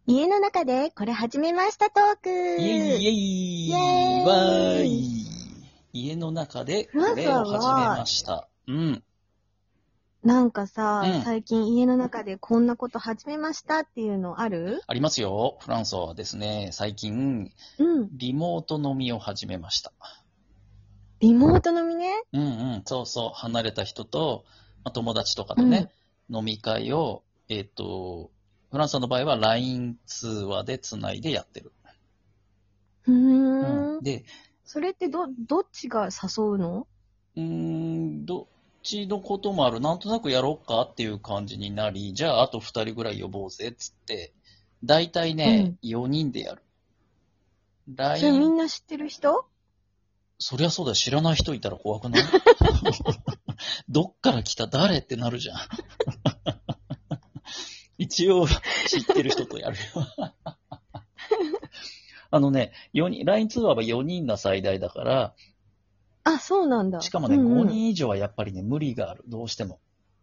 家の中でこれ始めましたトーク。 イェイイェイイェーイわーい。家の中でこれを始めました。うん。 なんかさ、 うん最近家の中でこんなこと始めましたっていうのある？ ありますよ。フランソワはですね、最近、 うん。 リモート飲みを始めました。 リモート飲みね。 うんうん、そうそう。離れた人と、友達とかとね、飲み会を、フランソワの場合は LINE 通話でつないでやってる。で、 それってどっちが誘うの？ どっちのこともある。なんとなくやろうかっていう感じになり、じゃああと2人ぐらい呼ぼうぜっつって、だいたいね、4人でやる。 それみ LINE、 んな知ってる人？ そりゃそうだ、知らない人いたら怖くない？どっから来た誰ってなるじゃん。一応知ってる人とやるよ。4人、LINE 通話は4人が最大だから、 あ、そうなんだ。 しかもね、5人以上はやっぱりね、無理がある。どうしても。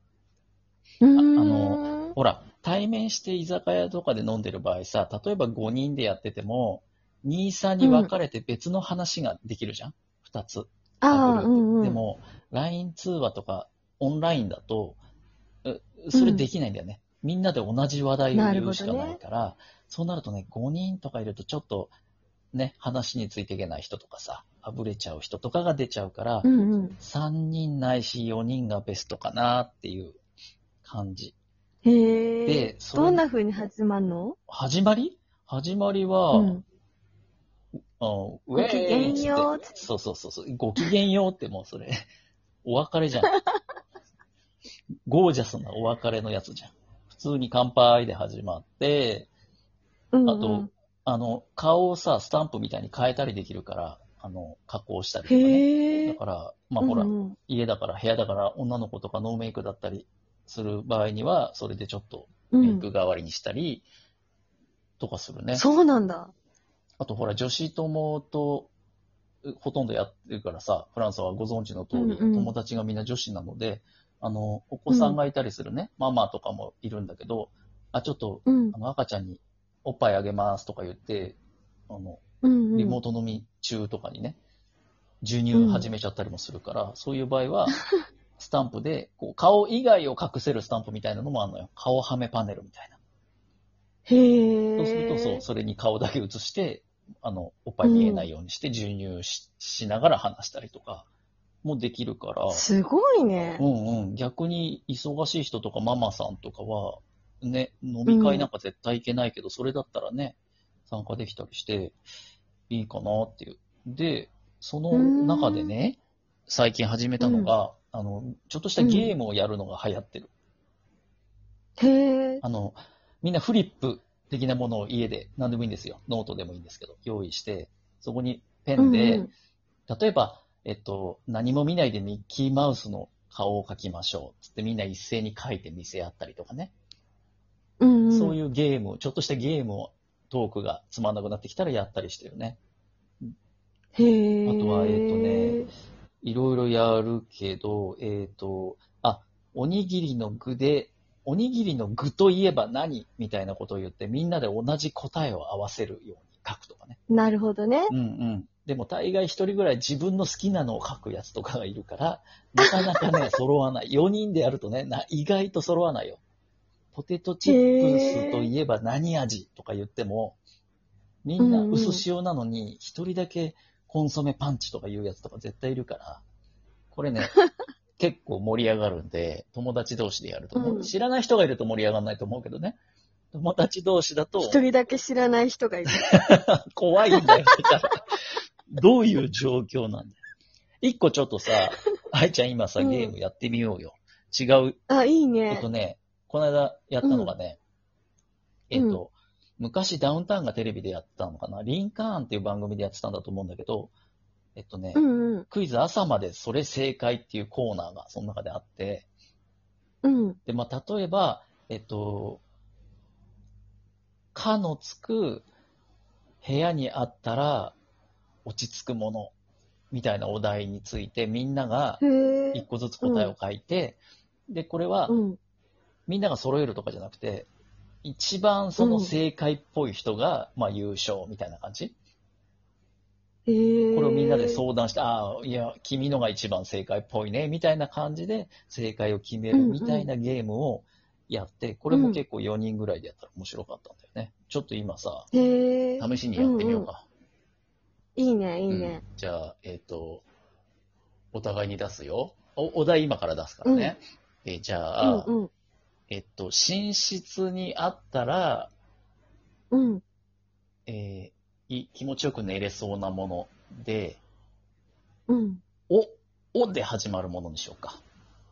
ほら、対面して居酒屋とかで飲んでる場合さ、例えば5人でやってても、2、3に分かれて別の話ができるじゃん？ 2 つ。グループ。でも、LINE 通話とかオンラインだと、それできないんだよね。みんなで同じ話題を言うしかないから、そうなるとね、5人とかいるとちょっと、ね、話についていけない人とかさ、あぶれちゃう人とかが出ちゃうから、3人ないし4人がベストかなっていう感じ。 へー。どんな風に始まるの？ 始まりは、 ごきげんよう。 そう。ごきげんようってもうそれ、お別れじゃん。ゴージャスなお別れのやつじゃん。普通に乾杯で始まって、あと、顔をさ、スタンプみたいに変えたりできるから、加工したりとかね。だから、ほら、家だから、部屋だから、女の子とかノーメイクだったりする場合には、それでちょっとメイク代わりにしたり、とかするね。 そうなんだ。 あと、ほら、女子友と、ほとんどやってるからさ、フランスはご存知の通り、友達がみんな女子なので、お子さんがいたりするね、ママとかもいるんだけど、ちょっと、赤ちゃんにおっぱいあげますとか言って、リモート飲み中とかにね、授乳始めちゃったりもするから、そういう場合は、スタンプで、こう顔以外を隠せるスタンプみたいなのもあるのよ。顔はめパネルみたいな。 へー。 そうすると、それに顔だけ映して、おっぱい見えないようにして授乳 しながら話したりとかもできるから。 すごいね。 逆に忙しい人とかママさんとかは、ね、飲み会なんか絶対行けないけど、それだったらね、参加できたりして、いいかなっていう。で、その中でね、最近始めたのが、ちょっとしたゲームをやるのが流行ってる。 へー。みんなフリップ的なものを家で、何でもいいんですよ。ノートでもいいんですけど、用意して、そこにペンで、例えば、何も見ないでミッキーマウスの顔を描きましょう。つってみんな一斉に描いて見せ合ったりとかね。そういうゲームを、ちょっとしたゲームを、トークがつまんなくなってきたらやったりしてるね。 へー。 あとは、いろいろやるけど、おにぎりの具で、おにぎりの具といえば何みたいなことを言って、みんなで同じ答えを合わせるように書くとかね。 なるほどね。 でも大概一人ぐらい自分の好きなのを書くやつとかがいるから、なかなかね、揃わない。4人でやるとね、意外と揃わないよ。ポテトチップスといえば何味とか言っても、みんな薄塩なのに、一人だけコンソメパンチとか言うやつとか絶対いるから、これね、結構盛り上がるんで、友達同士でやるとね、知らない人がいると盛り上がらないと思うけどね、友達同士だと。 一人だけ知らない人がいる。 怖いんだよ。だからどういう状況なんだよ。一個ちょっとさ、愛ちゃん今さ、ゲームやってみようよ。違う。 いいね。 この間やったのがね、昔ダウンタウンがテレビでやってたのかな、リンカーンっていう番組でやってたんだと思うんだけど、クイズ朝までそれ正解っていうコーナーがその中であって、で、例えば、かのつく部屋にあったら落ち着くものみたいなお題についてみんなが一個ずつ答えを書いて、で、これはみんなが揃えるとかじゃなくて、 一番その正解っぽい人が、まあ優勝みたいな感じ。これをみんなで相談して、ああ、いや、君のが一番正解っぽいね、みたいな感じで正解を決めるみたいなゲームをやって、これも結構4人ぐらいでやったら面白かったんだよね。ちょっと今さ、試しにやってみようか。 いいね、いいね。 じゃあ、お互いに出すよ。お題今から出すからね。じゃあ、寝室にあったら、気持ちよく寝れそうなもので、おで始まるものにしようか。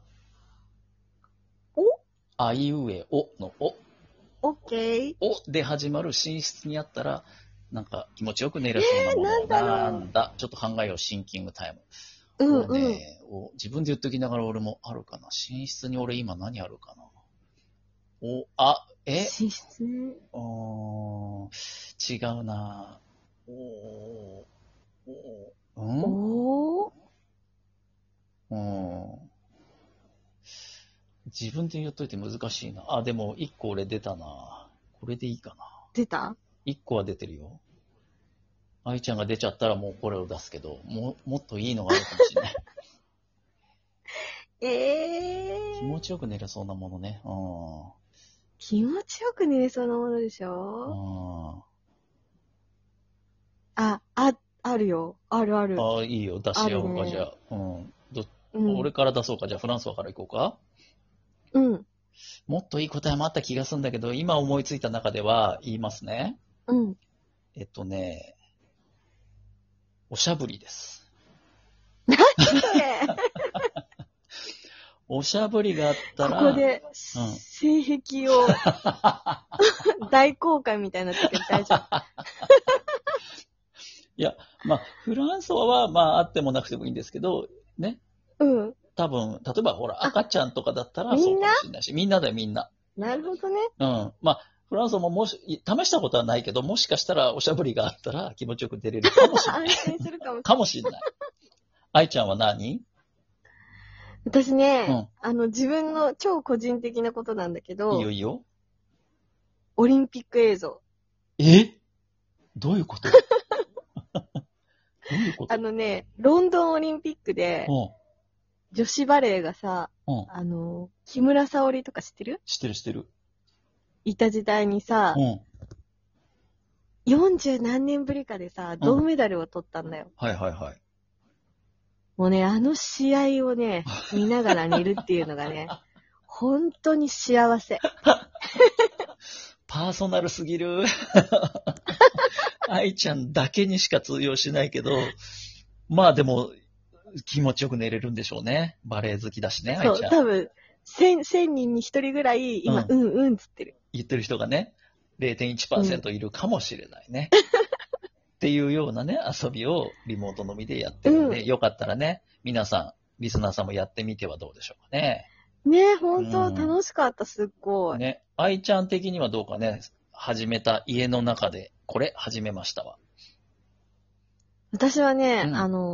あいうえおのお。 オッケー。 おで始まる寝室にあったら、なんか気持ちよく寝れそうなもの。なんだちょっと考えよう、シンキングタイム。これね、自分で言っときながら俺もあるかな。寝室に俺今何あるかな。寝室違うな。自分で言っといて難しいな。でも一個俺出たな。これでいいかな。 出た？ 一個は出てるよ。愛ちゃんが出ちゃったらもうこれを出すけど、もっといいのがあるかもしれない。気持ちよく寝れそうなものね。 気持ちよく寝れそうなものでしょ？あるよ。あるある。 いいよ。出し合おうか、じゃあ。俺から出そうか。じゃあフランスワから行こうか。もっといい答えもあった気がするんだけど、今思いついた中では言いますね。おしゃぶりです。 何それおしゃぶりがあったら、 ここで、性癖を、大公開みたいになってて大丈夫。 いや、まあ、フランス語は、まあ、あってもなくてもいいんですけど、ね。多分、例えば、ほら、赤ちゃんとかだったら、そうかもしれないし、みんなだよ、みんな。 なるほどね。 まあ、フランス語も試したことはないけど、もしかしたらおしゃぶりがあったら気持ちよく出れるかもしれない。 安心するかもしれない。 かもしれない。愛ちゃんは何？ 私ね、自分の超個人的なことなんだけど、 いいよいいよ。 オリンピック映像。 どういうこと？どういうこと？ ロンドンオリンピックで、女子バレーがさ、木村沙織とか知ってる？ 知ってる。 いた時代にさ、40何年ぶりかでさ、銅メダルを取ったんだよ。 はいはいはい。 もうね、あの試合をね、見ながら寝るっていうのがね、本当に幸せ。 パーソナルすぎる。愛ちゃんだけにしか通用しないけど、まあでも、気持ちよく寝れるんでしょうね。バレエ好きだしね、愛ちゃん。 そう、多分、1000人に1人ぐらい、今、つってる。 言ってる人がね、0.1% いるかもしれないね。っていうようなね、遊びをリモートのみでやってるんで、よかったらね、皆さん、リスナーさんもやってみてはどうでしょうかね。 ね、本当楽しかった、すっごい。 ね、愛ちゃん的にはどうかね、始めた家の中で、これ始めましたわ。 私はね、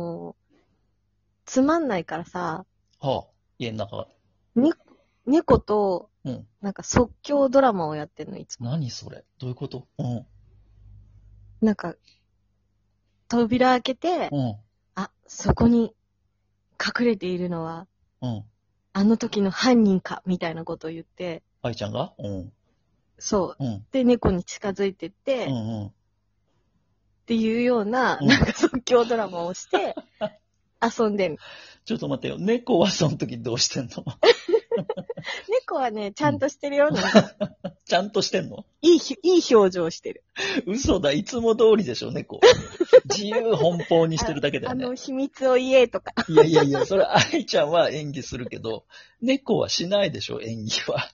つまんないからさ、 家の中。 猫と、なんか即興ドラマをやってんの、いつも。 何それ？どういうこと？ なんか、扉開けて、そこに隠れているのは、あの時の犯人か、みたいなことを言って。 愛ちゃんが？ そう。で、猫に近づいてって、っていうような、なんか即興ドラマをして、遊んでんの。 ちょっと待ってよ。猫はその時どうしてんの？ 猫はね、ちゃんとしてるよ。 ちゃんとしてんの？ いい表情してる。 嘘だ、いつも通りでしょ、猫。自由奔放にしてるだけだよね。 秘密を言えとか。 いや、それ愛ちゃんは演技するけど、猫はしないでしょ、演技は。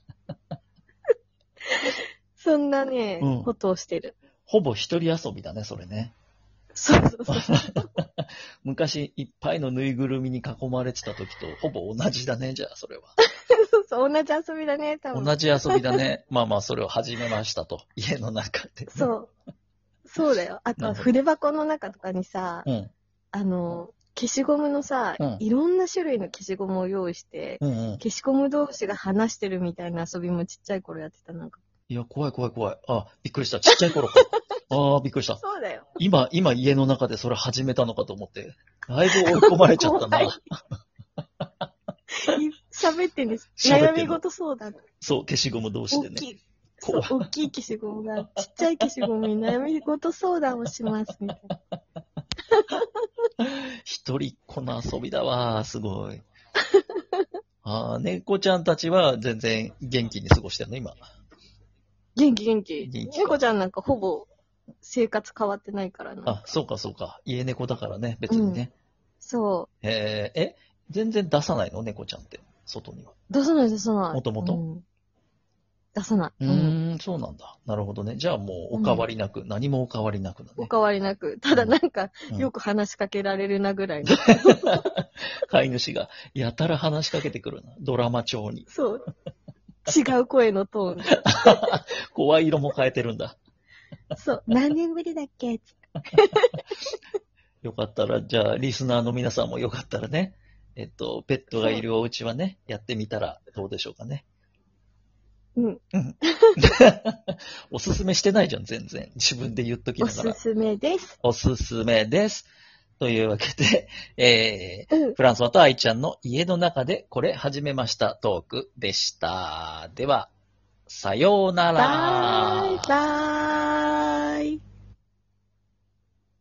そんなね、ことをしてる。 ほぼ一人遊びだね、それね。 そう。 昔、いっぱいのぬいぐるみに囲まれてた時とほぼ同じだね、じゃあ、それは。 そう、同じ遊びだね、多分。 同じ遊びだね。まあ、それを始めましたと。家の中で、ね。 そうだよ。あとは筆箱の中とかにさ、消しゴムのさ、いろんな種類の消しゴムを用意して、消しゴム同士が話してるみたいな遊びもちっちゃい頃やってた、なんか。 いや、怖い怖い怖い。あ、びっくりした。ちっちゃい頃か。ああ、びっくりした。 そうだよ。 今家の中でそれ始めたのかと思って。だいぶ追い込まれちゃったな。 喋ってんです。悩み事相談。 そう、消しゴム同士でね。 そう、大きい消しゴムが、ちっちゃい消しゴムに悩み事相談をします、みたいな。 一人っ子の遊びだわ、すごい。ああ、猫ちゃんたちは全然元気に過ごしてるの、今。 元気。猫ちゃんなんかほぼ生活変わってないからな。 あ、そうかそうか。家猫だからね、別にね。 そう。 全然出さないの、猫ちゃんって、外には。 出さない。 もともと出さない。 そうなんだ。なるほどね。じゃあもうお変わりなく、何もお変わりなくだね。 お変わりなく。ただなんか、よく話しかけられるなぐらいの。 飼い主がやたら話しかけてくるな。ドラマ調に。 そう。違う声のトーンで。 声色も変えてるんだ。 そう。何年ぶりだっけよかったら、じゃあ、リスナーの皆さんもよかったらね、ペットがいるお家はね、やってみたらどうでしょうかね。おすすめしてないじゃん、全然。自分で言っときながら。 おすすめです。 おすすめです。というわけで、フランソワと愛ちゃんの家の中でこれ始めましたトークでした。では、さようなら。 バイバーイ。